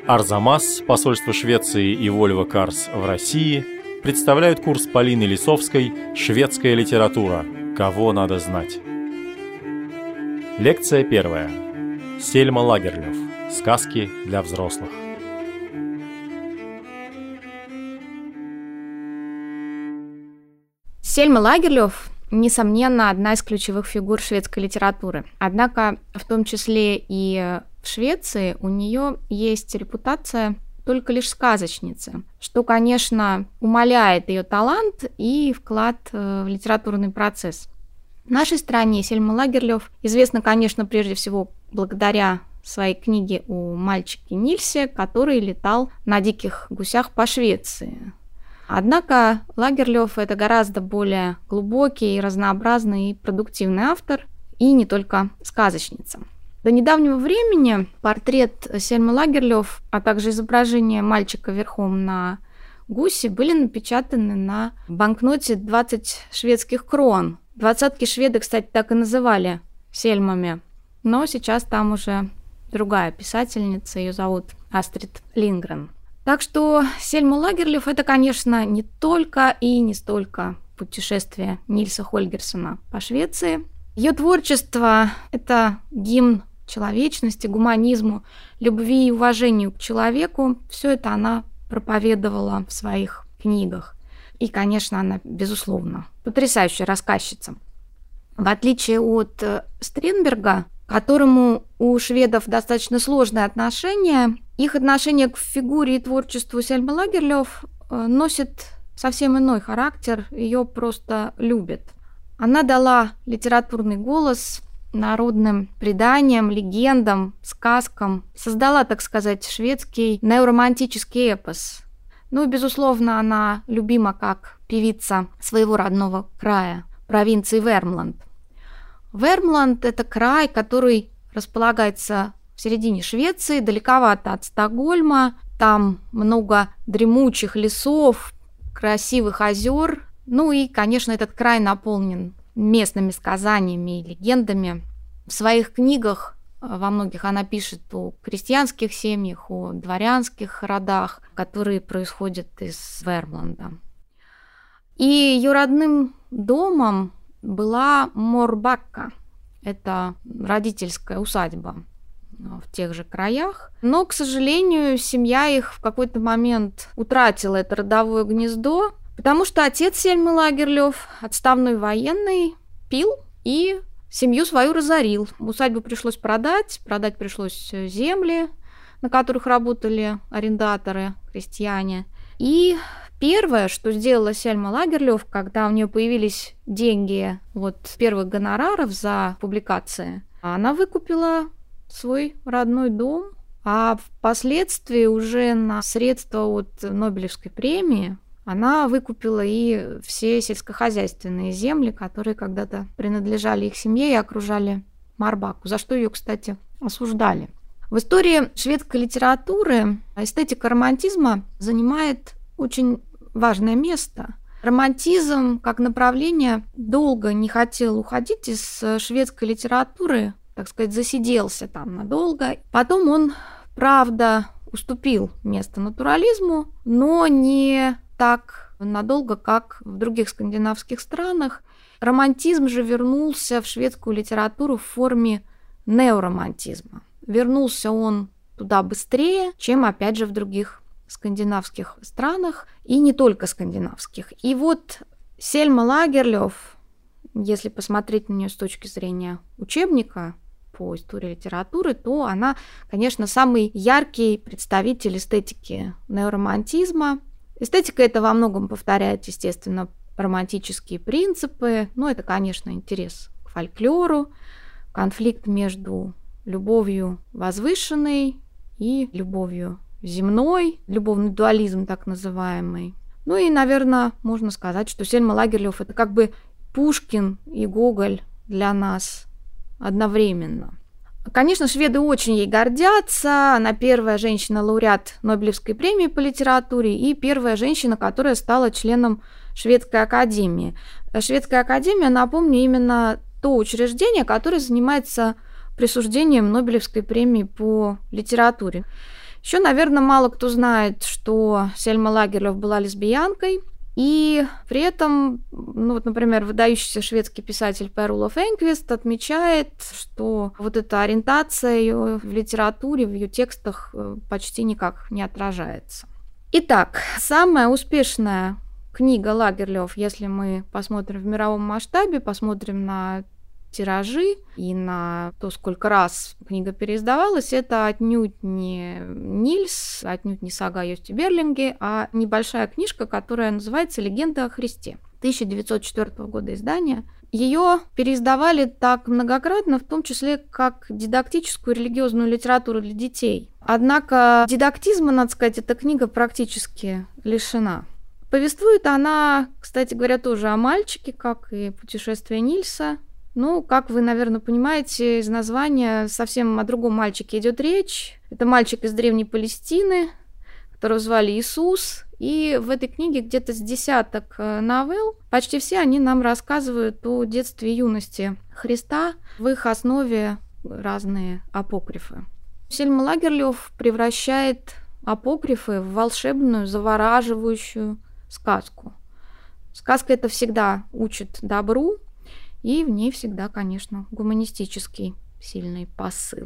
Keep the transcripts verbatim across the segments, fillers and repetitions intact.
Арзамас, посольство Швеции и Volvo Cars в России представляют курс Полины Лисовской «Шведская литература. Кого надо знать». Лекция первая. Сельма Лагерлёв. Сказки для взрослых. Сельма Лагерлёв, несомненно, одна из ключевых фигур шведской литературы. Однако, в том числе и в Швеции, у нее есть репутация только лишь сказочницы, что, конечно, умаляет ее талант и вклад в литературный процесс. В нашей стране Сельма Лагерлёв известна, конечно, прежде всего благодаря своей книге о мальчике Нильсе, который летал на диких гусях по Швеции. Однако Лагерлёв – это гораздо более глубокий, разнообразный и продуктивный автор, и не только сказочница. До недавнего времени портрет Сельмы Лагерлёв, а также изображение мальчика верхом на гусе были напечатаны на банкноте двадцать шведских крон. Двадцатки шведы, кстати, так и называли Сельмами, но сейчас там уже другая писательница, ее зовут Астрид Лингрен. Так что Сельма Лагерлёв – это, конечно, не только и не столько путешествие Нильса Хольгерсона по Швеции. Ее творчество – это гимн человечности, гуманизму, любви и уважению к человеку. Все это она проповедовала в своих книгах. И, конечно, она, безусловно, потрясающая рассказчица. В отличие от Стринберга, к которому у шведов достаточно сложные отношения, их отношение к фигуре и творчеству Сельмы Лагерлёв носит совсем иной характер, ее просто любят. Она дала литературный голос народным преданиям, легендам, сказкам, создала, так сказать, шведский неоромантический эпос. Ну и, безусловно, она любима как певица своего родного края, провинции Вермланд. Вермланд – это край, который располагается в середине Швеции, далековато от Стокгольма. Там много дремучих лесов, красивых озер. Ну и, конечно, этот край наполнен местными сказаниями и легендами. В своих книгах во многих она пишет о крестьянских семьях, о дворянских родах, которые происходят из Вермланда. И ее родным домом была Морбакка. Это родительская усадьба в тех же краях. Но, к сожалению, семья их в какой-то момент утратила это родовое гнездо, потому что отец Сельмы Лагерлёв, отставной военный, пил и семью свою разорил. Усадьбу пришлось продать, продать пришлось земли, на которых работали арендаторы, крестьяне. И первое, что сделала Сельма Лагерлёв, когда у нее появились деньги вот первых гонораров за публикации, она выкупила свой родной дом, а впоследствии уже на средства от Нобелевской премии она выкупила и все сельскохозяйственные земли, которые когда-то принадлежали их семье и окружали Морбакку, за что ее, кстати, осуждали. В истории шведской литературы эстетика романтизма занимает очень важное место. Романтизм как направление долго не хотел уходить из шведской литературы, так сказать, засиделся там надолго. Потом он, правда, уступил место натурализму, но не так надолго, как в других скандинавских странах. Романтизм же вернулся в шведскую литературу в форме неоромантизма. Вернулся он туда быстрее, чем, опять же, в других скандинавских странах, и не только скандинавских. И вот Сельма Лагерлёв, если посмотреть на нее с точки зрения учебника по истории литературы, то она, конечно, самый яркий представитель эстетики неоромантизма. Эстетика эта во многом повторяет, естественно, романтические принципы. Ну, это, конечно, интерес к фольклору, конфликт между любовью возвышенной и любовью земной, любовный дуализм так называемый. Ну и, наверное, можно сказать, что Сельма Лагерлёв – это как бы Пушкин и Гоголь для нас одновременно. Конечно, шведы очень ей гордятся. Она первая женщина-лауреат Нобелевской премии по литературе и первая женщина, которая стала членом Шведской академии. Шведская академия, напомню, именно то учреждение, которое занимается присуждением Нобелевской премии по литературе. Еще, наверное, мало кто знает, что Сельма Лагерлёф была лесбиянкой, и при этом, ну вот, например, выдающийся шведский писатель Per Olof Enquist отмечает, что вот эта ориентация ее в литературе, в ее текстах почти никак не отражается. Итак, самая успешная книга Лагерлёф, если мы посмотрим в мировом масштабе, посмотрим на тиражи и на то, сколько раз книга переиздавалась, это отнюдь не Нильс, отнюдь не сага о Йосте Берлинге, а небольшая книжка, которая называется «Легенда о Христе», тысяча девятьсот четвёртого года издания. Ее переиздавали так многократно, в том числе как дидактическую религиозную литературу для детей. Однако дидактизма, надо сказать, эта книга практически лишена. Повествует она, кстати говоря, тоже о мальчике, как и «Путешествие Нильса». Ну, как вы, наверное, понимаете, из названия совсем о другом мальчике идет речь. Это мальчик из Древней Палестины, которого звали Иисус. И в этой книге где-то с десяток новелл. Почти все они нам рассказывают о детстве и юности Христа. В их основе разные апокрифы. Сельма Лагерлёф превращает апокрифы в волшебную, завораживающую сказку. Сказка эта всегда учит добру, и в ней всегда, конечно, гуманистический сильный посыл.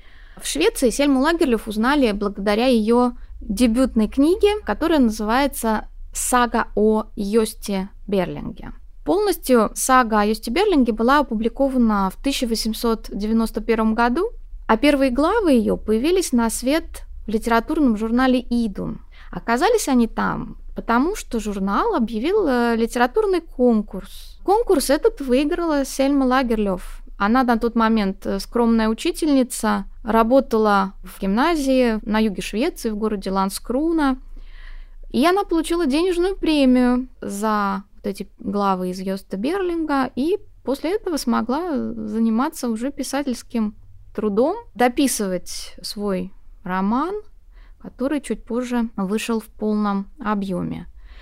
В Швеции Сельму Лагерлёф узнали благодаря ее дебютной книге, которая называется «Сага о Йосте Берлинге». Полностью сага о Йосте Берлинге была опубликована в тысяча восемьсот девяносто первом году, а первые главы ее появились на свет в литературном журнале «Идун». Оказались они там, потому что журнал объявил литературный конкурс. Конкурс этот выиграла Сельма Лагерлёф. Она на тот момент скромная учительница, работала в гимназии на юге Швеции, в городе Ландскруна. И она получила денежную премию за вот эти главы из Йоста Берлинга, и после этого смогла заниматься уже писательским трудом, дописывать свой роман, который чуть позже вышел в полном объеме.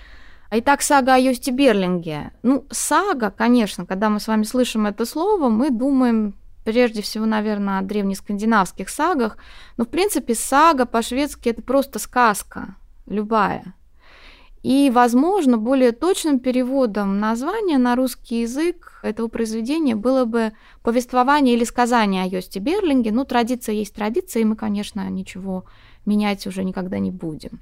Итак, сага о Йосте Берлинге. Ну, сага, конечно, когда мы с вами слышим это слово, мы думаем прежде всего, наверное, о древнескандинавских сагах, но, в принципе, сага по-шведски – это просто сказка, любая. И, возможно, более точным переводом названия на русский язык этого произведения было бы повествование или сказание о Йосте Берлинге. Ну, традиция есть традиция, и мы, конечно, ничего менять уже никогда не будем.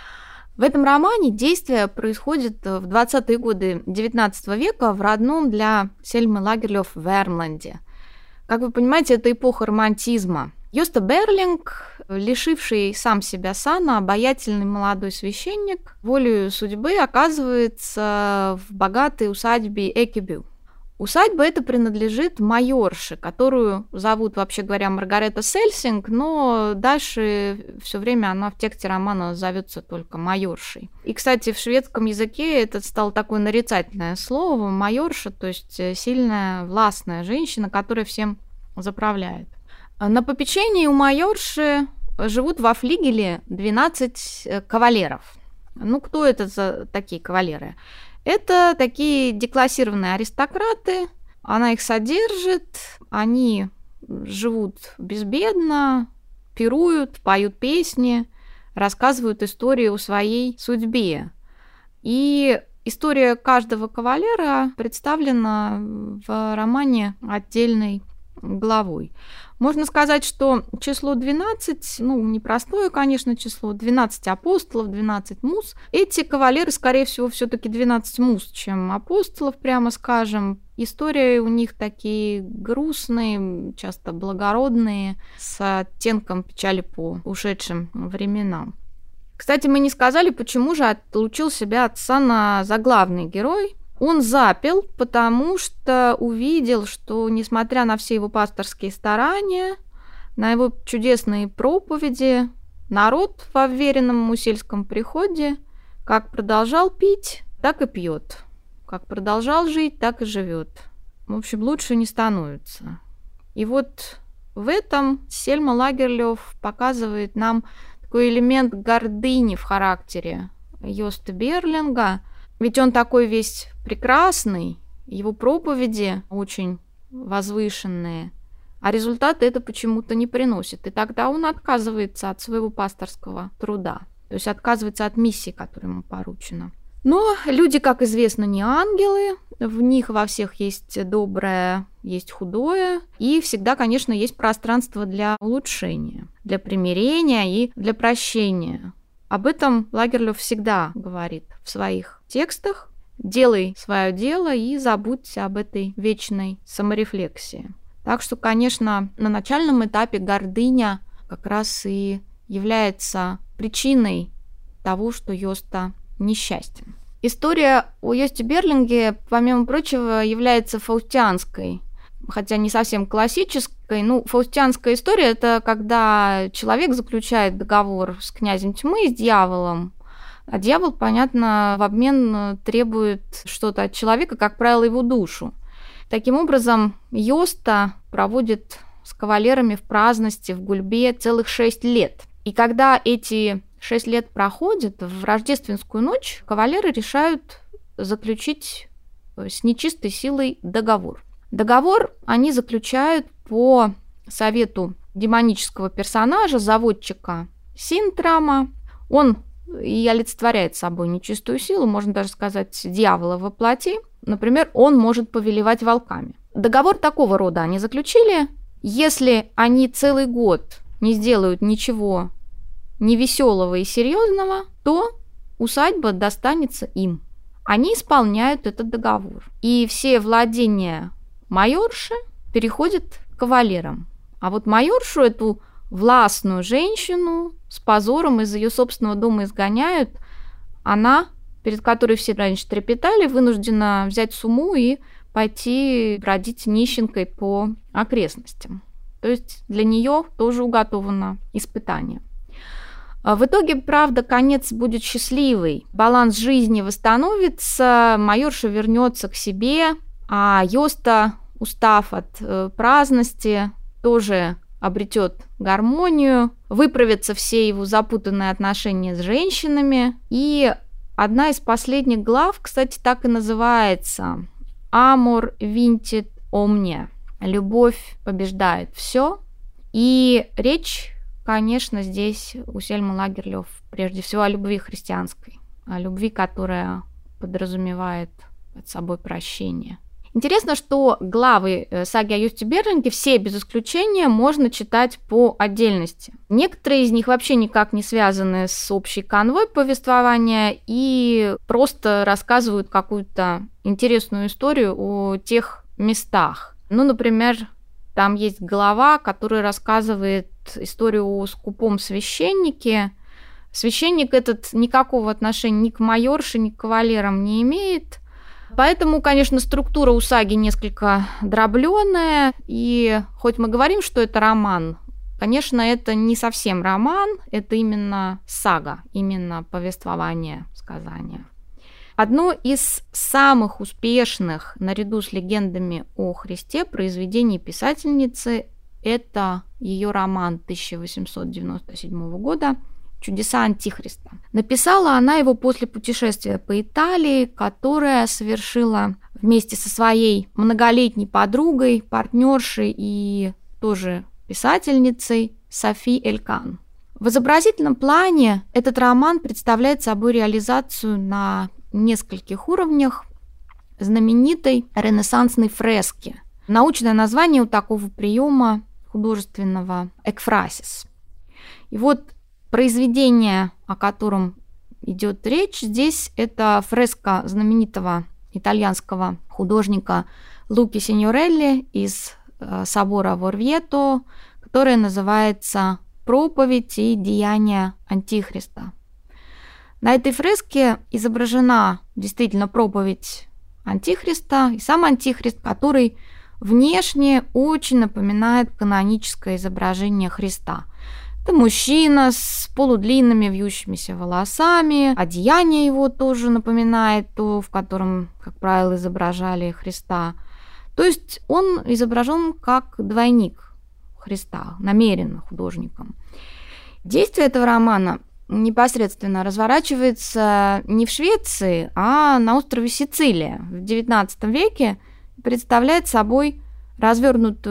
В этом романе действие происходит в двадцатые годы девятнадцатого века в родном для Сельмы Лагерлёф Вärmlande. Как вы понимаете, это эпоха романтизма. Йоста Берлинг, лишивший сам себя сана, обаятельный молодой священник, волею судьбы оказывается в богатой усадьбе Экебю. Усадьба эта принадлежит майорше, которую зовут, вообще говоря, Маргарета Сельсинг, но дальше все время она в тексте романа зовется только майоршей. И, кстати, в шведском языке это стало такое нарицательное слово майорша, то есть сильная, властная женщина, которая всем заправляет. На попечении у майорши живут во флигеле двенадцать кавалеров. Ну, кто это за такие кавалеры? Это такие деклассированные аристократы, она их содержит, они живут безбедно, пируют, поют песни, рассказывают истории о своей судьбе. И история каждого кавалера представлена в романе отдельной главой. Можно сказать, что число двенадцать, ну, непростое, конечно, число, двенадцать апостолов, двенадцать муз. Эти кавалеры, скорее всего, все-таки двенадцать муз, чем апостолов, прямо скажем. Истории у них такие грустные, часто благородные, с оттенком печали по ушедшим временам. Кстати, мы не сказали, почему же отлучил себя от сана заглавный герой. Он запил, потому что увидел, что, несмотря на все его пасторские старания, на его чудесные проповеди, народ во вверенном ему сельском приходе как продолжал пить, так и пьет, как продолжал жить, так и живет. В общем, лучше не становится. И вот в этом Сельма Лагерлёф показывает нам такой элемент гордыни в характере Йоста Берлинга. Ведь он такой весь прекрасный, его проповеди очень возвышенные, а результаты это почему-то не приносит. И тогда он отказывается от своего пасторского труда, то есть отказывается от миссии, которая ему поручена. Но люди, как известно, не ангелы, в них во всех есть доброе, есть худое, и всегда, конечно, есть пространство для улучшения, для примирения и для прощения. Об этом Лагерлёф всегда говорит в своих текстах. Делай свое дело и забудь об этой вечной саморефлексии. Так что, конечно, на начальном этапе гордыня как раз и является причиной того, что Йоста несчастен. История о Йосте Берлинге, помимо прочего, является фаустианской, хотя не совсем классической. Ну, фаустианская история – это когда человек заключает договор с князем тьмы, с дьяволом, а дьявол, понятно, в обмен требует что-то от человека, как правило, его душу. Таким образом, Йоста проводит с кавалерами в праздности, в гульбе целых шесть лет. И когда эти шесть лет проходят, в рождественскую ночь кавалеры решают заключить с нечистой силой договор. Договор они заключают по совету демонического персонажа, заводчика Синтрама. Он и олицетворяет собой нечистую силу, можно даже сказать, дьявола во плоти. Например, он может повелевать волками. Договор такого рода они заключили. Если они целый год не сделают ничего невеселого и серьезного, то усадьба достанется им. Они исполняют этот договор. И все владения майорши переходят к кавалерам. А вот майоршу, эту властную женщину, с позором из ее собственного дома изгоняют. Она, перед которой все раньше трепетали, вынуждена взять сумму и пойти бродить нищенкой по окрестностям. То есть для нее тоже уготовано испытание. В итоге, правда, конец будет счастливый. Баланс жизни восстановится, майорша вернется к себе, а Йоста, устав от э, праздности, тоже обретет гармонию, выправятся все его запутанные отношения с женщинами. И одна из последних глав, кстати, так и называется «Amor vincit omnia». Любовь побеждает все. И речь, конечно, здесь у Сельмы Лагерлёф прежде всего о любви христианской, о любви, которая подразумевает под собой прощение. Интересно, что главы саги о Йосте Берлинге все без исключения можно читать по отдельности. Некоторые из них вообще никак не связаны с общей канвой повествования и просто рассказывают какую-то интересную историю о тех местах. Ну, например, там есть глава, которая рассказывает историю о скупом священнике. Священник этот никакого отношения ни к майорше, ни к кавалерам не имеет. Поэтому, конечно, структура у саги несколько дроблёная, и хоть мы говорим, что это роман, конечно, это не совсем роман, это именно сага, именно повествование, сказание. Одно из самых успешных, наряду с легендами о Христе, произведений писательницы – это ее роман тысяча восемьсот девяносто седьмого года «Чудеса Антихриста». Написала она его после путешествия по Италии, которое совершила вместе со своей многолетней подругой, партнершей и тоже писательницей Софи Элькан. В изобразительном плане этот роман представляет собой реализацию на нескольких уровнях знаменитой ренессансной фрески. Научное название у такого приема художественного «экфрасис». И вот произведение, о котором идет речь здесь, это фреска знаменитого итальянского художника Луки Синьорелли из собора в Орвьето, которая называется «Проповедь и деяния Антихриста». На этой фреске изображена действительно проповедь Антихриста и сам Антихрист, который внешне очень напоминает каноническое изображение Христа. Это мужчина с полудлинными вьющимися волосами, одеяние его тоже напоминает то, в котором, как правило, изображали Христа. То есть он изображен как двойник Христа, намеренно художником. Действие этого романа непосредственно разворачивается не в Швеции, а на острове Сицилия в девятнадцатом веке, представляет собой развернутую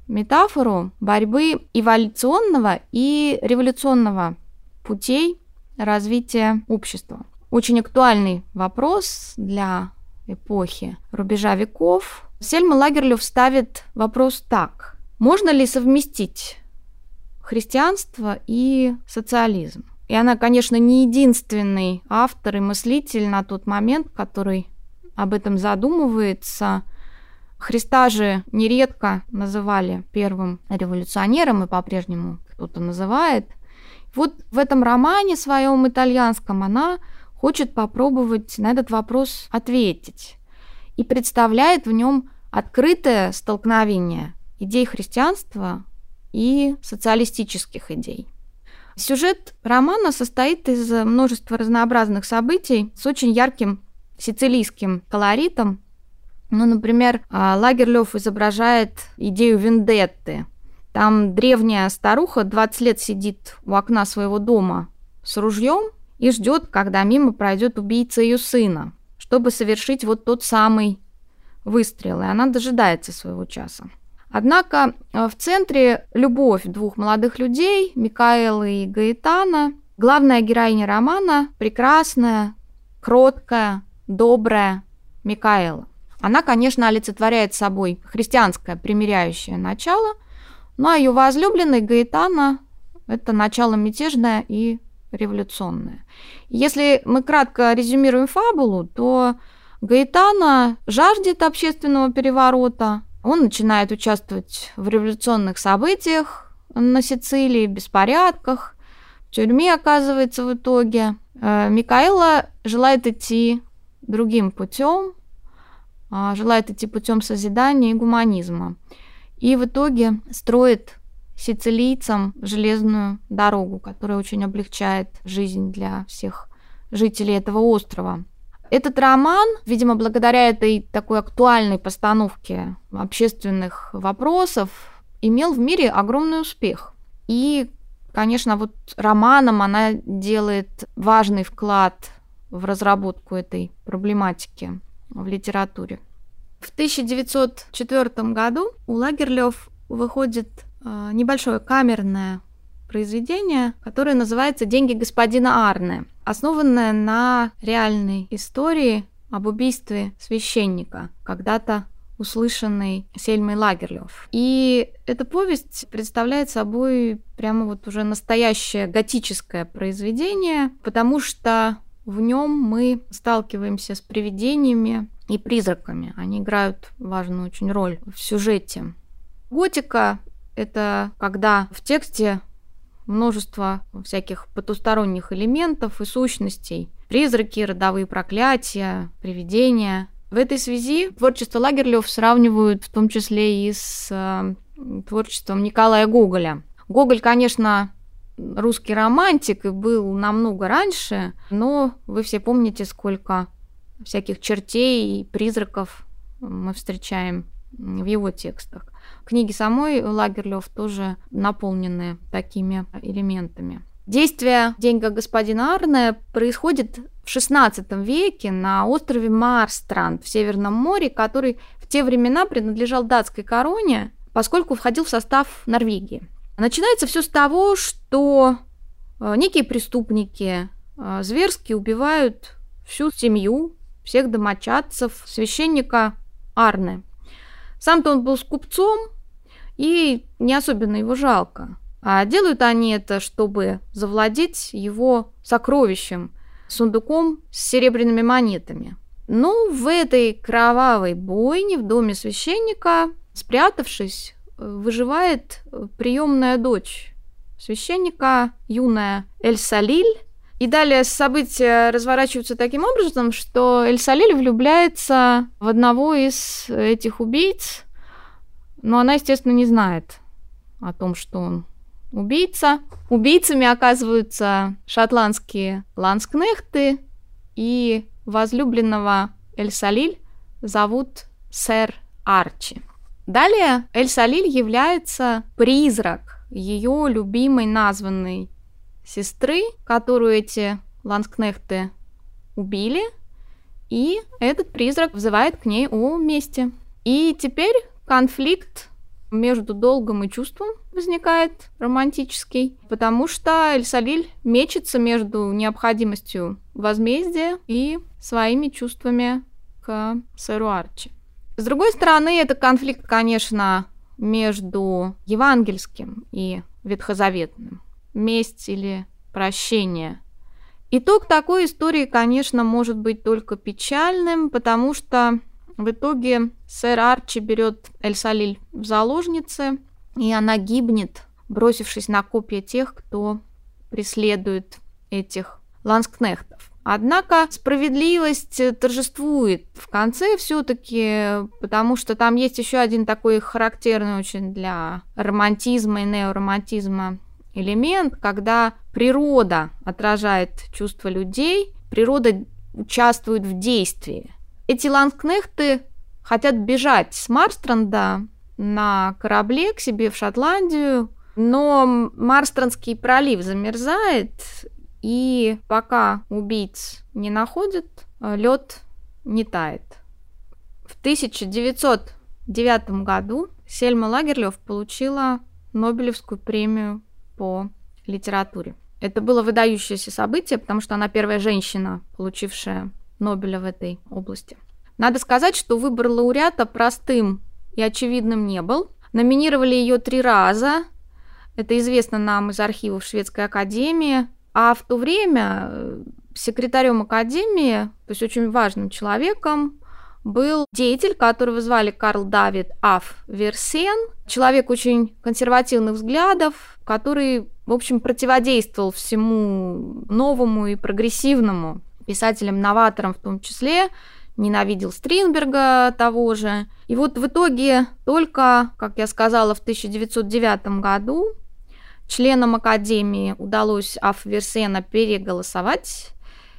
метафору борьбы эволюционного и революционного путей развития общества. Очень актуальный вопрос для эпохи рубежа веков. Сельма Лагерлёф ставит вопрос так: можно ли совместить христианство и социализм? И она, конечно, не единственный автор и мыслитель на тот момент, который об этом задумывается. Христа же нередко называли первым революционером, и по-прежнему кто-то называет. Вот в этом романе своем итальянском она хочет попробовать на этот вопрос ответить и представляет в нем открытое столкновение идей христианства и социалистических идей. Сюжет романа состоит из множества разнообразных событий с очень ярким сицилийским колоритом. Ну, например, Лагерлёф изображает идею вендетты. Там древняя старуха двадцать лет сидит у окна своего дома с ружьем и ждет, когда мимо пройдет убийца ее сына, чтобы совершить вот тот самый выстрел. И она дожидается своего часа. Однако в центре любовь двух молодых людей, Микаэлы и Гаэтана. Главная героиня романа – прекрасная, кроткая, добрая Микаэла. Она, конечно, олицетворяет собой христианское примиряющее начало, ну а ее возлюбленный Гаэтана – это начало мятежное и революционное. Если мы кратко резюмируем фабулу, то Гаэтана жаждет общественного переворота. Он начинает участвовать в революционных событиях на Сицилии, беспорядках, в тюрьме оказывается в итоге. Микаэла желает идти другим путем, желает идти путем созидания и гуманизма. И в итоге строит сицилийцам железную дорогу, которая очень облегчает жизнь для всех жителей этого острова. Этот роман, видимо, благодаря этой такой актуальной постановке общественных вопросов, имел в мире огромный успех. И, конечно, вот романом она делает важный вклад в разработку этой проблематики в литературе. В тысяча девятьсот четвёртом году у Лагерлёф выходит небольшое камерное произведение, которое называется «Деньги господина Арне», основанное на реальной истории об убийстве священника, когда-то услышанной Сельмой Лагерлёф. И эта повесть представляет собой прямо вот уже настоящее готическое произведение, потому что в нем мы сталкиваемся с привидениями и призраками. Они играют важную очень роль в сюжете. Готика — это когда в тексте множество всяких потусторонних элементов и сущностей. Призраки, родовые проклятия, привидения. В этой связи творчество Лагерлёф сравнивают в том числе и с э, творчеством Николая Гоголя. Гоголь, конечно, русский романтик и был намного раньше, но вы все помните, сколько всяких чертей и призраков мы встречаем в его текстах. Книги самой Лагерлёф тоже наполнены такими элементами. Действие «Деньги господина Арне» происходит в шестнадцатом веке на острове Марстранд в Северном море, который в те времена принадлежал датской короне, поскольку входил в состав Норвегии. Начинается все с того, что некие преступники зверски убивают всю семью, всех домочадцев священника Арне. Сам-то он был скупцом, и не особенно его жалко. А делают они это, чтобы завладеть его сокровищем, сундуком с серебряными монетами. Но в этой кровавой бойне в доме священника, спрятавшись, выживает приемная дочь священника, юная Эль-Салиль. И далее события разворачиваются таким образом, что Эль-Салиль влюбляется в одного из этих убийц, но она, естественно, не знает о том, что он убийца. Убийцами оказываются шотландские ланскнехты, и возлюбленного Эль-Салиль зовут сэр Арчи. Далее Эль-Салиль является призрак ее любимой названной сестры, которую эти ланскнехты убили, и этот призрак взывает к ней о мести. И теперь конфликт между долгом и чувством возникает романтический, потому что Эль-Салиль мечется между необходимостью возмездия и своими чувствами к сэру Арчи. С другой стороны, это конфликт, конечно, между евангельским и ветхозаветным. Месть или прощение. Итог такой истории, конечно, может быть только печальным, потому что в итоге сэр Арчи берет Эль-Салиль в заложницы, и она гибнет, бросившись на копья тех, кто преследует этих ланскнехтов. Однако справедливость торжествует в конце все-таки, потому что там есть еще один такой характерный очень для романтизма и неоромантизма элемент, когда природа отражает чувства людей, природа участвует в действии. Эти ланскнехты хотят бежать с Марстранда на корабле к себе в Шотландию, но Марстрандский пролив замерзает, и пока убийц не находят, лед не тает. В тысяча девятьсот девятом году Сельма Лагерлёф получила Нобелевскую премию по литературе. Это было выдающееся событие, потому что она первая женщина, получившая Нобеля в этой области. Надо сказать, что выбор лауреата простым и очевидным не был. Номинировали ее три раза. Это известно нам из архивов Шведской академии. А в то время секретарем академии, то есть очень важным человеком, был деятель, которого звали Карл Давид Аф Версен, человек очень консервативных взглядов, который, в общем, противодействовал всему новому и прогрессивному, писателям-новаторам в том числе, ненавидел Стринберга того же. И вот в итоге только, как я сказала, в тысяча девятьсот девятом году членам Академии удалось Аф Версена переголосовать,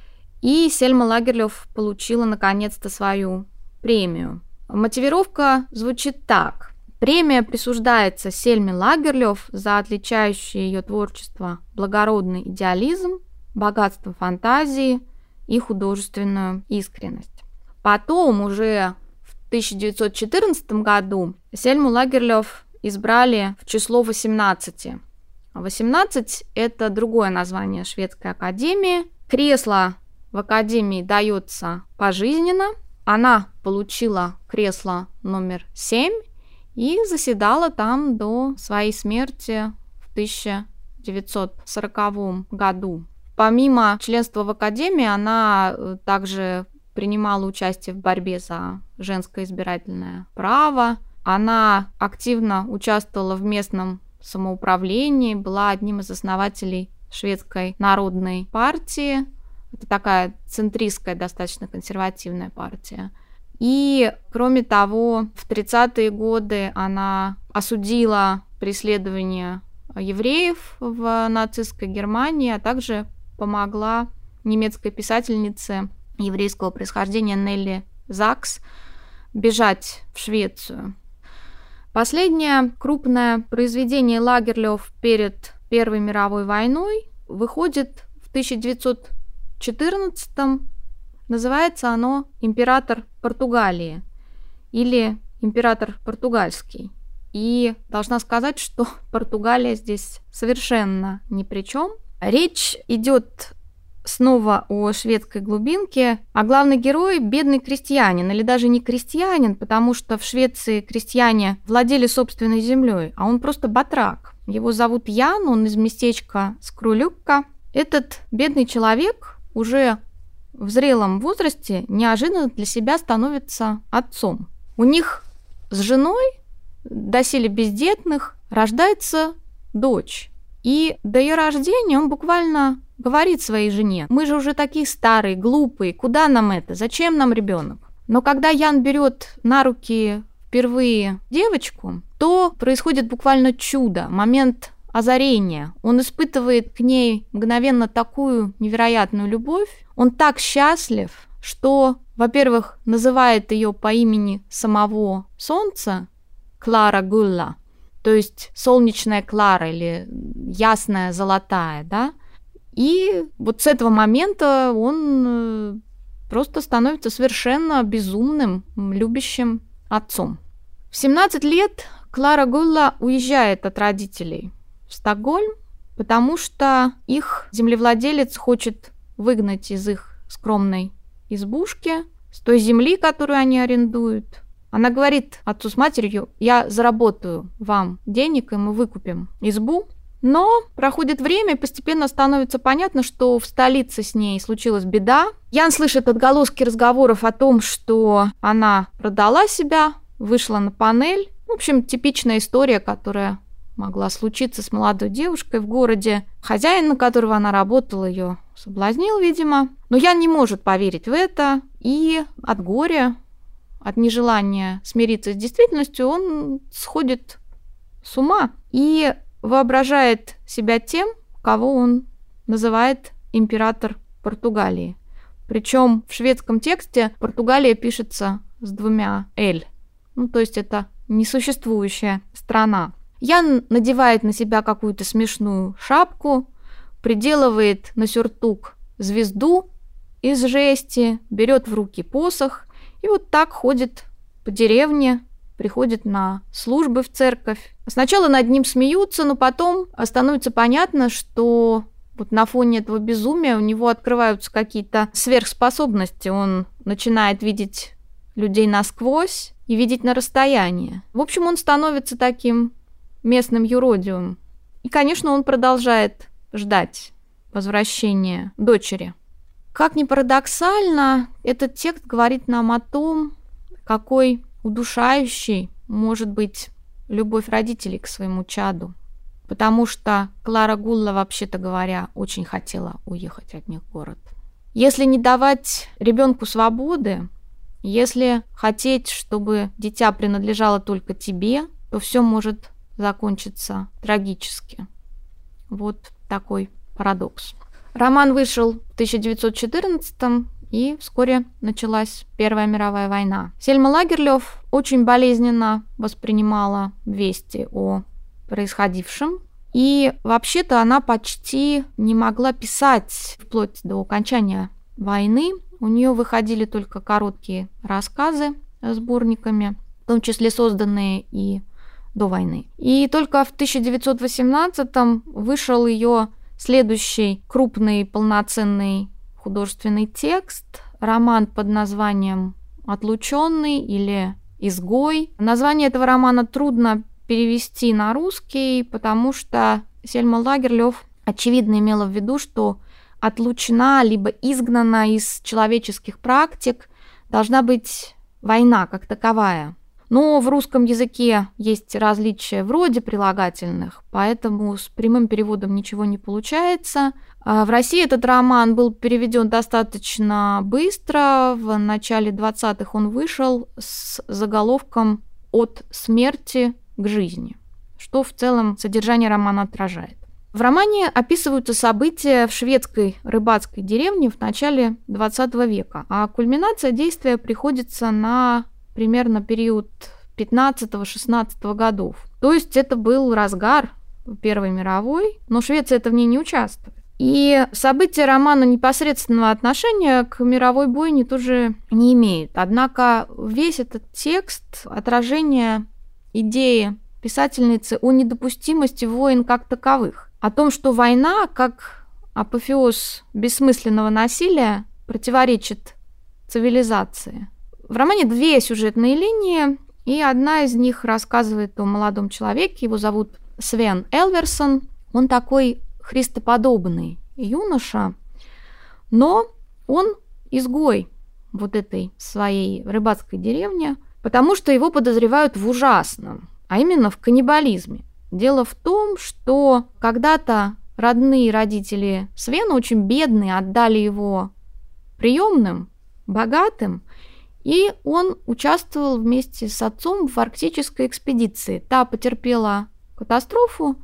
и Сельма Лагерлёф получила наконец-то свою премию. Мотивировка звучит так. Премия присуждается Сельме Лагерлёф за отличающее ее творчество благородный идеализм, богатство фантазии и художественную искренность. Потом, уже в тысяча девятьсот четырнадцатом году, Сельму Лагерлёф избрали в число восемнадцати. восемнадцать – это другое название Шведской академии. Кресло в академии дается пожизненно. Она получила кресло номер семь и заседала там до своей смерти в тысяча девятьсот сороковом году. Помимо членства в академии, она также принимала участие в борьбе за женское избирательное право. Она активно участвовала в местном самоуправлении, была одним из основателей Шведской народной партии. Это такая центристская, достаточно консервативная партия. И, кроме того, в тридцатые годы она осудила преследование евреев в нацистской Германии, а также помогла немецкой писательнице еврейского происхождения Нелли Закс бежать в Швецию. Последнее крупное произведение Лагерлёф перед Первой мировой войной выходит в тысяча девятьсот четырнадцатом. Называется оно «Император Португалии» или «Император Португальский». И должна сказать, что Португалия здесь совершенно ни при чем. Речь идет снова о шведской глубинке, а главный герой – бедный крестьянин, или даже не крестьянин, потому что в Швеции крестьяне владели собственной землей, а он просто батрак. Его зовут Ян, он из местечка Скрулюкка. Этот бедный человек уже в зрелом возрасте неожиданно для себя становится отцом. У них с женой, доселе бездетных, рождается дочь. И до ее рождения он буквально говорит своей жене: мы же уже такие старые, глупые, куда нам это, зачем нам ребенок? Но когда Ян берет на руки впервые девочку, то происходит буквально чудо, момент озарения. Он испытывает к ней мгновенно такую невероятную любовь, он так счастлив, что, во-первых, называет ее по имени самого солнца Клара Гулла, то есть солнечная Клара или ясная золотая, да? И вот с этого момента он просто становится совершенно безумным, любящим отцом. В семнадцать лет Клара Гулла уезжает от родителей в Стокгольм, потому что их землевладелец хочет выгнать из их скромной избушки, с той земли, которую они арендуют. Она говорит отцу с матерью: я заработаю вам денег, и мы выкупим избу. Но проходит время, и постепенно становится понятно, что в столице с ней случилась беда. Ян слышит отголоски разговоров о том, что она продала себя, вышла на панель. В общем, типичная история, которая могла случиться с молодой девушкой в городе. Хозяин, на которого она работала, ее соблазнил, видимо. Но Ян не может поверить в это, и от горя, от нежелания смириться с действительностью, он сходит с ума и воображает себя тем, кого он называет император Португалии. Причем в шведском тексте Португалия пишется с двумя «л». Ну, то есть это несуществующая страна. Ян надевает на себя какую-то смешную шапку, приделывает на сюртук звезду из жести, берет в руки посох и вот так ходит по деревне, приходит на службы в церковь. Сначала над ним смеются, но потом становится понятно, что вот на фоне этого безумия у него открываются какие-то сверхспособности. Он начинает видеть людей насквозь и видеть на расстоянии. В общем, он становится таким местным юродивым. И, конечно, он продолжает ждать возвращения дочери. Как ни парадоксально, этот текст говорит нам о том, какой удушающей может быть любовь родителей к своему чаду. Потому что Клара Гулла, вообще-то говоря, очень хотела уехать от них в город. Если не давать ребенку свободы, если хотеть, чтобы дитя принадлежало только тебе, то все может закончиться трагически. Вот такой парадокс. Роман вышел в тысяча девятьсот четырнадцатом, и вскоре началась Первая мировая война. Сельма Лагерлёф очень болезненно воспринимала вести о происходившем, и вообще-то она почти не могла писать вплоть до окончания войны. У нее выходили только короткие рассказы сборниками, в том числе созданные и до войны. И только в тысяча девятьсот восемнадцатом вышел ее следующий крупный полноценный художественный текст, роман под названием «Отлученный» или «Изгой». Название этого романа трудно перевести на русский, потому что Сельма Лагерлёф очевидно имела в виду, что отлучена либо изгнана из человеческих практик должна быть война как таковая. Но в русском языке есть различия вроде прилагательных, поэтому с прямым переводом ничего не получается. В России этот роман был переведен достаточно быстро. В начале двадцатых он вышел с заголовком «От смерти к жизни», что в целом содержание романа отражает. В романе описываются события в шведской рыбацкой деревне в начале двадцатого века, а кульминация действия приходится на примерно период пятнадцатого-шестнадцатого годов. То есть это был разгар Первой мировой, но Швеция это в ней не участвует. И события романа непосредственного отношения к мировой бойне тоже не имеют. Однако весь этот текст – отражение идеи писательницы о недопустимости войн как таковых, о том, что война, как апофеоз бессмысленного насилия, противоречит цивилизации. В романе две сюжетные линии, и одна из них рассказывает о молодом человеке, его зовут Свен Элверсон. Он такой христоподобный юноша, но он изгой вот этой своей рыбацкой деревни, потому что его подозревают в ужасном, а именно в каннибализме. Дело в том, что когда-то родные родители Свена, очень бедные, отдали его приемным, богатым, и он участвовал вместе с отцом в арктической экспедиции. Та потерпела катастрофу,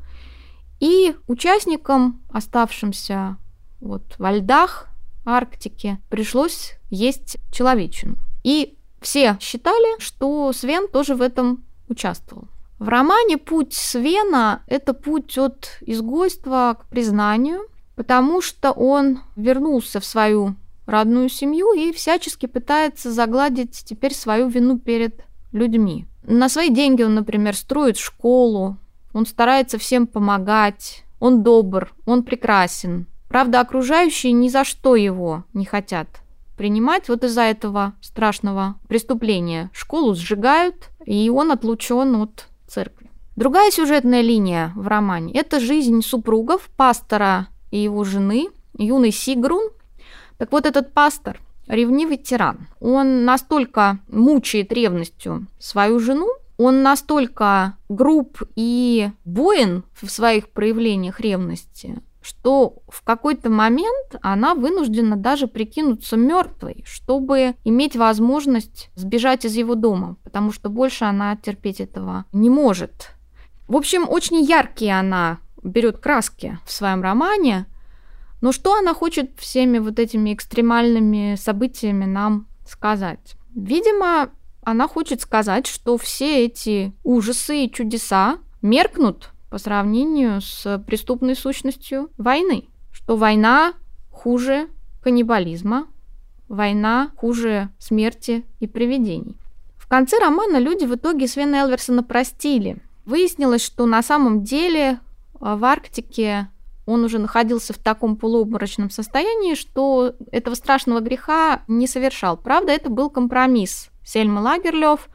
и участникам, оставшимся вот во льдах Арктики, пришлось есть человечину. И все считали, что Свен тоже в этом участвовал. В романе путь Свена – это путь от изгойства к признанию, потому что он вернулся в свою родную семью и всячески пытается загладить теперь свою вину перед людьми. На свои деньги он, например, строит школу, он старается всем помогать, он добр, он прекрасен. Правда, окружающие ни за что его не хотят принимать вот из-за этого страшного преступления. Школу сжигают, и он отлучен от церкви. Другая сюжетная линия в романе – это жизнь супругов, пастора и его жены, юной Сигрун. Так вот, этот пастор – ревнивый тиран. Он настолько мучает ревностью свою жену, он настолько груб и буен в своих проявлениях ревности, что в какой-то момент она вынуждена даже прикинуться мертвой, чтобы иметь возможность сбежать из его дома, потому что больше она терпеть этого не может. В общем, очень яркие она берет краски в своем романе, но что она хочет всеми вот этими экстремальными событиями нам сказать? Видимо, она хочет сказать, что все эти ужасы и чудеса меркнут по сравнению с преступной сущностью войны, что война хуже каннибализма, война хуже смерти и привидений. В конце романа люди в итоге Свена Элверсона простили. Выяснилось, что на самом деле в Арктике он уже находился в таком полуобморочном состоянии, что этого страшного греха не совершал. Правда, это был компромисс. Сельмы Лагерлёф,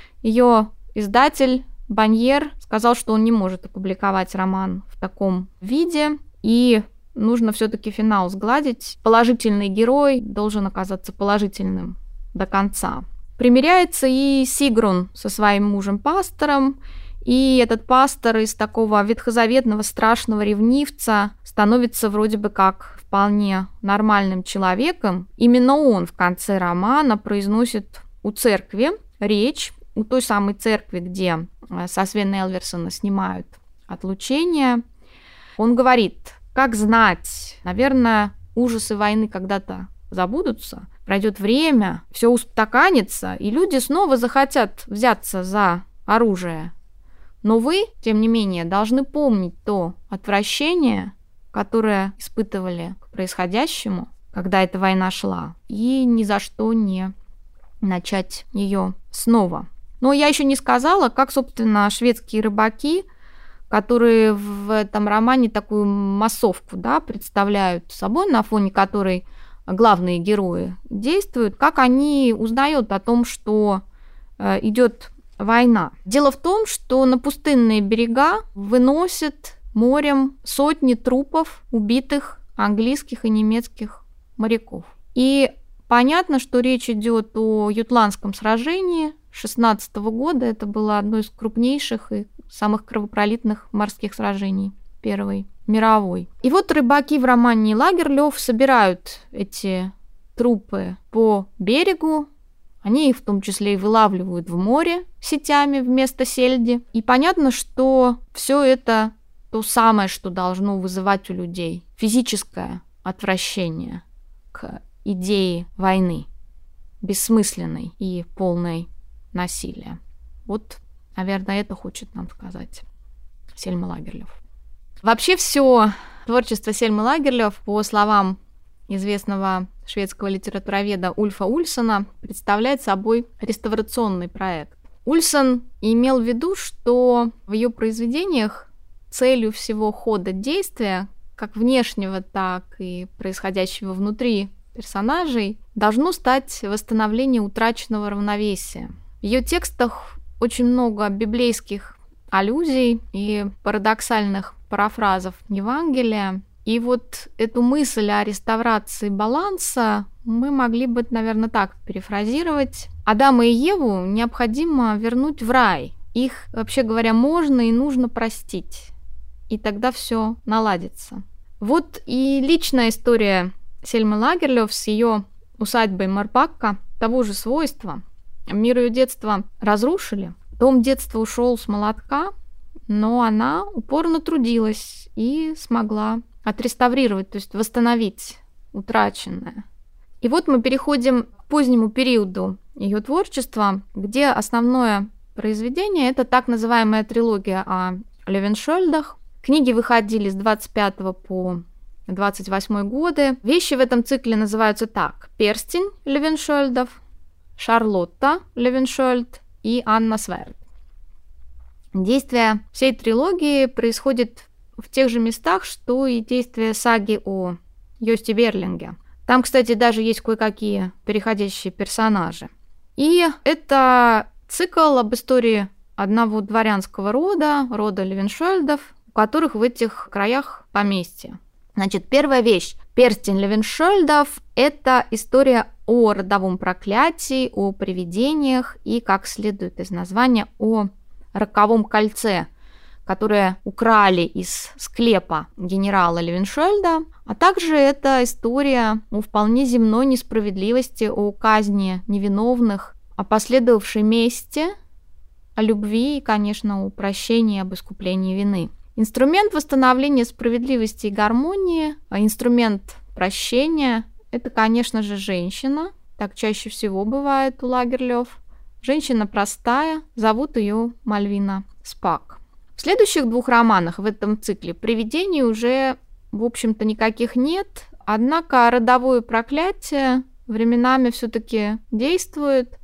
ее издатель Баньер, сказал, что он не может опубликовать роман в таком виде, и нужно все-таки финал сгладить. Положительный герой должен оказаться положительным до конца. Примиряется и Сигрун со своим мужем-пастором, и этот пастор из такого ветхозаветного страшного ревнивца становится вроде бы как вполне нормальным человеком. Именно он в конце романа произносит у церкви речь, у той самой церкви, где со Свена Элверсона снимают «Отлучение». Он говорит: как знать, наверное, ужасы войны когда-то забудутся, пройдет время, все устаканится, и люди снова захотят взяться за оружие. Но вы, тем не менее, должны помнить то отвращение, которое испытывали к происходящему, когда эта война шла, и ни за что не начать ее снова. Но я еще не сказала, как, собственно, шведские рыбаки, которые в этом романе такую массовку, да, представляют собой, на фоне которой главные герои действуют, как они узнают о том, что э, идет война. Дело в том, что на пустынные берега выносят морем сотни трупов убитых английских и немецких моряков. И понятно, что речь идет о Ютландском сражении шестнадцатого года. Это было одно из крупнейших и самых кровопролитных морских сражений Первой мировой. И вот рыбаки в романе Лагерлёф собирают эти трупы по берегу. Они их в том числе и вылавливают в море сетями вместо сельди. И понятно, что все это то самое, что должно вызывать у людей физическое отвращение к идее войны, бессмысленной и полной насилия. Вот, наверное, это хочет нам сказать Сельма Лагерлёф. Вообще все творчество Сельмы Лагерлёф, по словам известного шведского литературоведа Ульфа Ульссона, представляет собой реставрационный проект. Ульссон имел в виду, что в ее произведениях целью всего хода действия, как внешнего, так и происходящего внутри персонажей, должно стать восстановление утраченного равновесия. В ее текстах очень много библейских аллюзий и парадоксальных парафразов Евангелия. И вот эту мысль о реставрации баланса мы могли бы, наверное, так перефразировать. Адама и Еву необходимо вернуть в рай. Их, вообще говоря, можно и нужно простить. И тогда все наладится. Вот и личная история Сельмы Лагерлёф с ее усадьбой Марбакка того же свойства. Мир ее детства разрушили. Дом детства ушел с молотка, но она упорно трудилась и смогла отреставрировать, то есть восстановить утраченное. И вот мы переходим к позднему периоду ее творчества, где основное произведение – это так называемая трилогия о Левеншольдах. Книги выходили с двадцать пятого по двадцать восьмой годы. Вещи в этом цикле называются так: «Перстень Левеншольдов», «Шарлотта Левеншольд» и Анна Сверд. Действие всей трилогии происходит в тех же местах, что и действие саги о Йосте Берлинге. Там, кстати, даже есть кое-какие переходящие персонажи. И это цикл об истории одного дворянского рода, рода Левеншельдов, у которых в этих краях поместье. Значит, первая вещь. Перстень Левеншельдов – это история о родовом проклятии, о привидениях и, как следует из названия, о роковом кольце, которое украли из склепа генерала Левеншельда, а также это история о вполне земной несправедливости, о казни невиновных, о последовавшей мести, о любви и, конечно, о прощении, об искуплении вины. Инструмент восстановления справедливости и гармонии, а инструмент прощения – это, конечно же, женщина. Так чаще всего бывает у Лагерлёв. Женщина простая, зовут ее Мальвина Спак. В следующих двух романах в этом цикле привидений уже, в общем-то, никаких нет, однако родовое проклятие временами все-таки действует,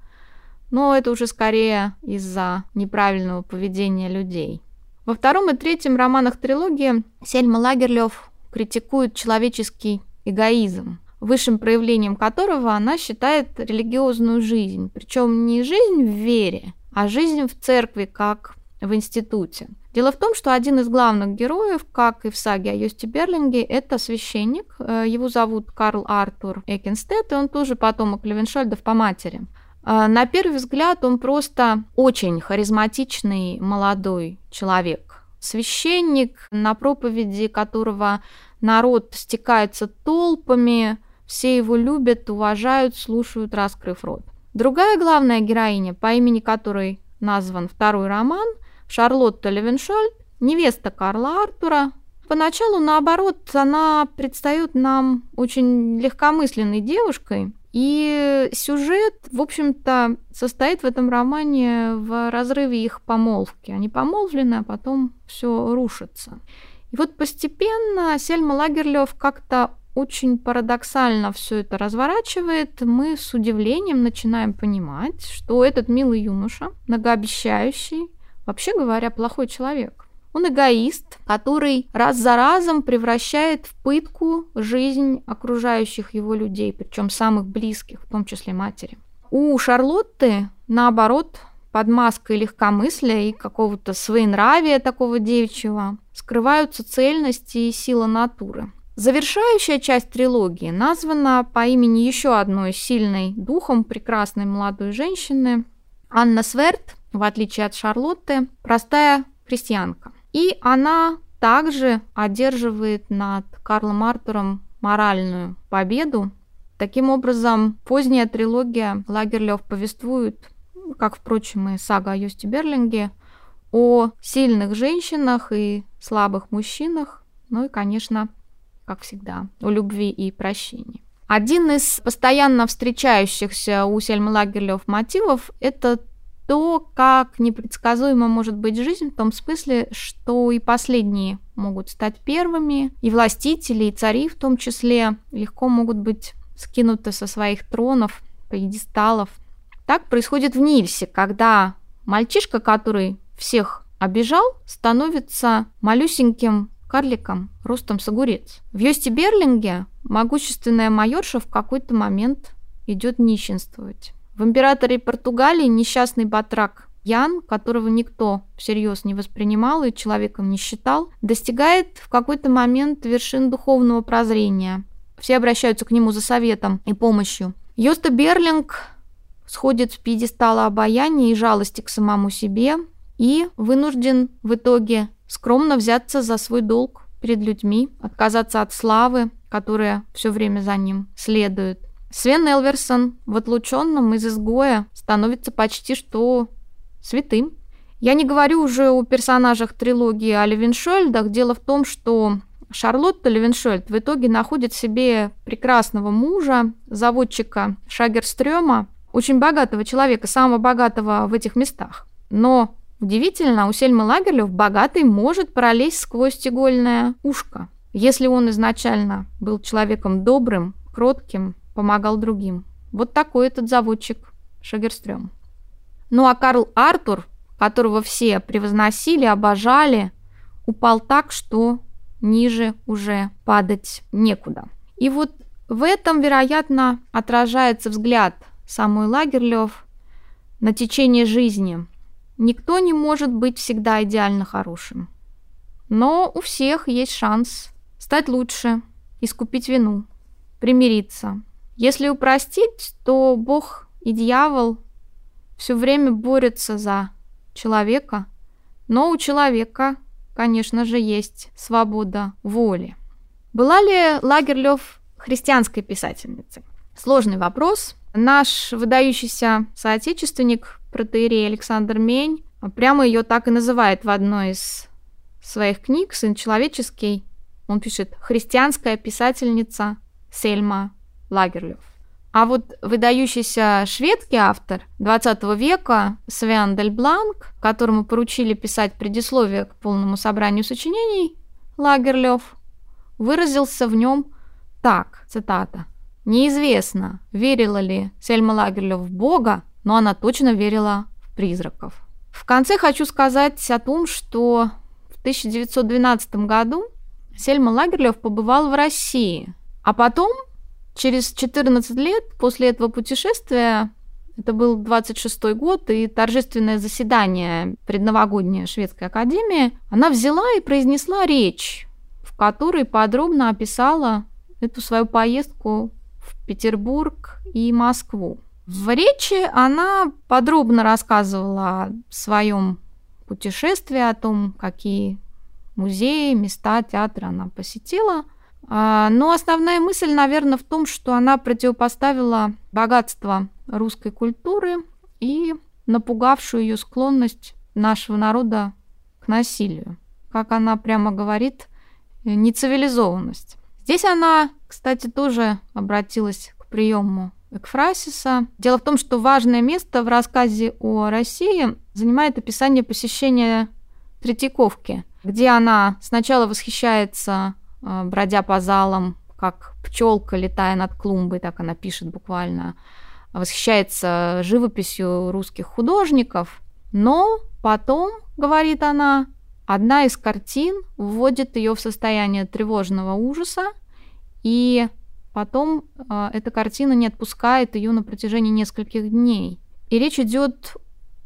но это уже скорее из-за неправильного поведения людей. Во втором и третьем романах трилогии Сельма Лагерлёв критикует человеческий эгоизм, высшим проявлением которого она считает религиозную жизнь, причем не жизнь в вере, а жизнь в церкви, как в институте. Дело в том, что один из главных героев, как и в саге о Йосте Берлинге, это священник, его зовут Карл Артур Экенстедт, и он тоже потомок Левеншельдов по матери. На первый взгляд он просто очень харизматичный молодой человек. Священник, на проповеди которого народ стекается толпами, все его любят, уважают, слушают, раскрыв рот. Другая главная героиня, по имени которой назван второй роман, Шарлотта Левеншельд, невеста Карла Артура. Поначалу, наоборот, она предстает нам очень легкомысленной девушкой, и сюжет, в общем-то, состоит в этом романе в разрыве их помолвки. Они помолвлены, а потом все рушится. И вот постепенно Сельма Лагерлёв как-то очень парадоксально все это разворачивает. Мы с удивлением начинаем понимать, что этот милый юноша, многообещающий, вообще говоря, плохой человек. Он эгоист, который раз за разом превращает в пытку жизнь окружающих его людей, причем самых близких, в том числе матери. У Шарлотты, наоборот, под маской легкомыслия и какого-то своенравия такого девичьего скрываются цельность и сила натуры. Завершающая часть трилогии названа по имени еще одной сильной духом прекрасной молодой женщины. Анна Сверд, в отличие от Шарлотты, простая крестьянка. И она также одерживает над Карлом Артуром моральную победу. Таким образом, поздняя трилогия Лагерлёв повествует, как, впрочем, и сага о Йосте Берлинге, о сильных женщинах и слабых мужчинах, ну и, конечно, как всегда, о любви и прощении. Один из постоянно встречающихся у Сельмы Лагерлёв мотивов – это то, как непредсказуема может быть жизнь, в том смысле, что и последние могут стать первыми, и властители, и цари в том числе легко могут быть скинуты со своих тронов, пьедесталов. Так происходит в Нильсе, когда мальчишка, который всех обижал, становится малюсеньким карликом ростом с огурец. В Йосте Берлинге могущественная майорша в какой-то момент идет нищенствовать. В «Императоре Португалии» несчастный батрак Ян, которого никто всерьез не воспринимал и человеком не считал, достигает в какой-то момент вершин духовного прозрения. Все обращаются к нему за советом и помощью. Йоста Берлинг сходит с пьедестала обаяния и жалости к самому себе и вынужден в итоге скромно взяться за свой долг перед людьми, отказаться от славы, которая все время за ним следует. Свен Элверсон в «Отлученном» из «Изгоя» становится почти что святым. Я не говорю уже о персонажах трилогии о Левеншельдах. Дело в том, что Шарлотта Левеншельд в итоге находит себе прекрасного мужа, заводчика Шагерстрёма, очень богатого человека, самого богатого в этих местах. Но удивительно, у Сельмы Лагерлёв богатый может пролезть сквозь игольное ушко, если он изначально был человеком добрым, кротким, помогал другим. Вот такой этот заводчик Шагерстрём. Ну а Карл Артур, которого все превозносили, обожали, упал так, что ниже уже падать некуда. И вот в этом, вероятно, отражается взгляд самой Лагерлёф на течение жизни. Никто не может быть всегда идеально хорошим. Но у всех есть шанс стать лучше, искупить вину, примириться. Если упростить, то Бог и дьявол все время борются за человека, но у человека, конечно же, есть свобода воли. Была ли Лагерлёф христианской писательницей? Сложный вопрос. Наш выдающийся соотечественник, протоиерей Александр Мень, прямо ее так и называет в одной из своих книг «Сын человеческий». Он пишет «Христианская писательница Сельма Лагерлёф». А вот выдающийся шведский автор двадцатого века Свен Дельбланк, которому поручили писать предисловие к полному собранию сочинений Лагерлёф, выразился в нем так, цитата: «Неизвестно, верила ли Сельма Лагерлёф в Бога, но она точно верила в призраков». В конце хочу сказать о том, что в тысяча девятьсот двенадцатом году Сельма Лагерлёф побывала в России, а потом, через четырнадцать лет после этого путешествия, это был двадцать шестой год, и торжественное заседание предновогоднее Шведской академии, она взяла и произнесла речь, в которой подробно описала эту свою поездку в Петербург и Москву. В речи она подробно рассказывала о своем путешествии, о том, какие музеи, места, театры она посетила. Но основная мысль, наверное, в том, что она противопоставила богатство русской культуры и напугавшую ее склонность нашего народа к насилию. Как она прямо говорит, нецивилизованность. Здесь она, кстати, тоже обратилась к приему экфрасиса. Дело в том, что важное место в рассказе о России занимает описание посещения Третьяковки, где она сначала восхищается, бродя по залам, как пчелка, летая над клумбой, так она пишет буквально, восхищается живописью русских художников, но потом, говорит она, одна из картин вводит ее в состояние тревожного ужаса, и потом э, эта картина не отпускает ее на протяжении нескольких дней. И речь идет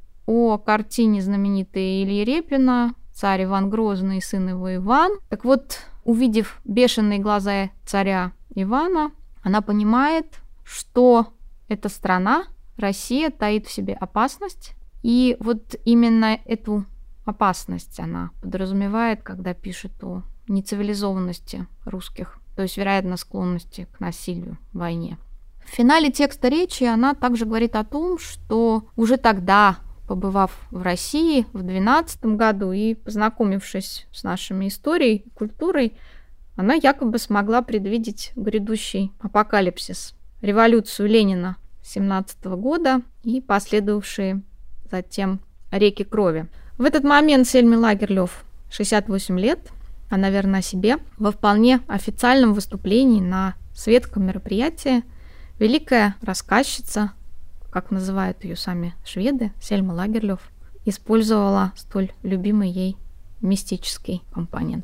о картине знаменитой Ильи Репина «Царь Иван Грозный и сын его Иван». Так вот, увидев бешеные глаза царя Ивана, она понимает, что эта страна, Россия, таит в себе опасность. И вот именно эту опасность она подразумевает, когда пишет о нецивилизованности русских, то есть, вероятно, склонности к насилию в войне. В финале текста речи она также говорит о том, что уже тогда, побывав в России в двенадцатом году и познакомившись с нашими историей и культурой, она якобы смогла предвидеть грядущий апокалипсис, революцию Ленина семнадцатого года и последовавшие затем реки крови. В этот момент Сельме Лагерлёф шестьдесят восемь лет. Она верна себе. Во вполне официальном выступлении на светском мероприятии великая рассказчица, как называют ее сами шведы, Сельма Лагерлёф, использовала столь любимый ей мистический компонент.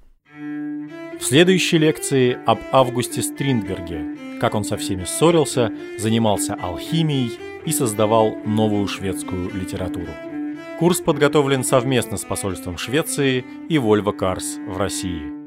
В следующей лекции об Августе Стриндберге, как он со всеми ссорился, занимался алхимией и создавал новую шведскую литературу. Курс подготовлен совместно с посольством Швеции и Вольво Карс в России.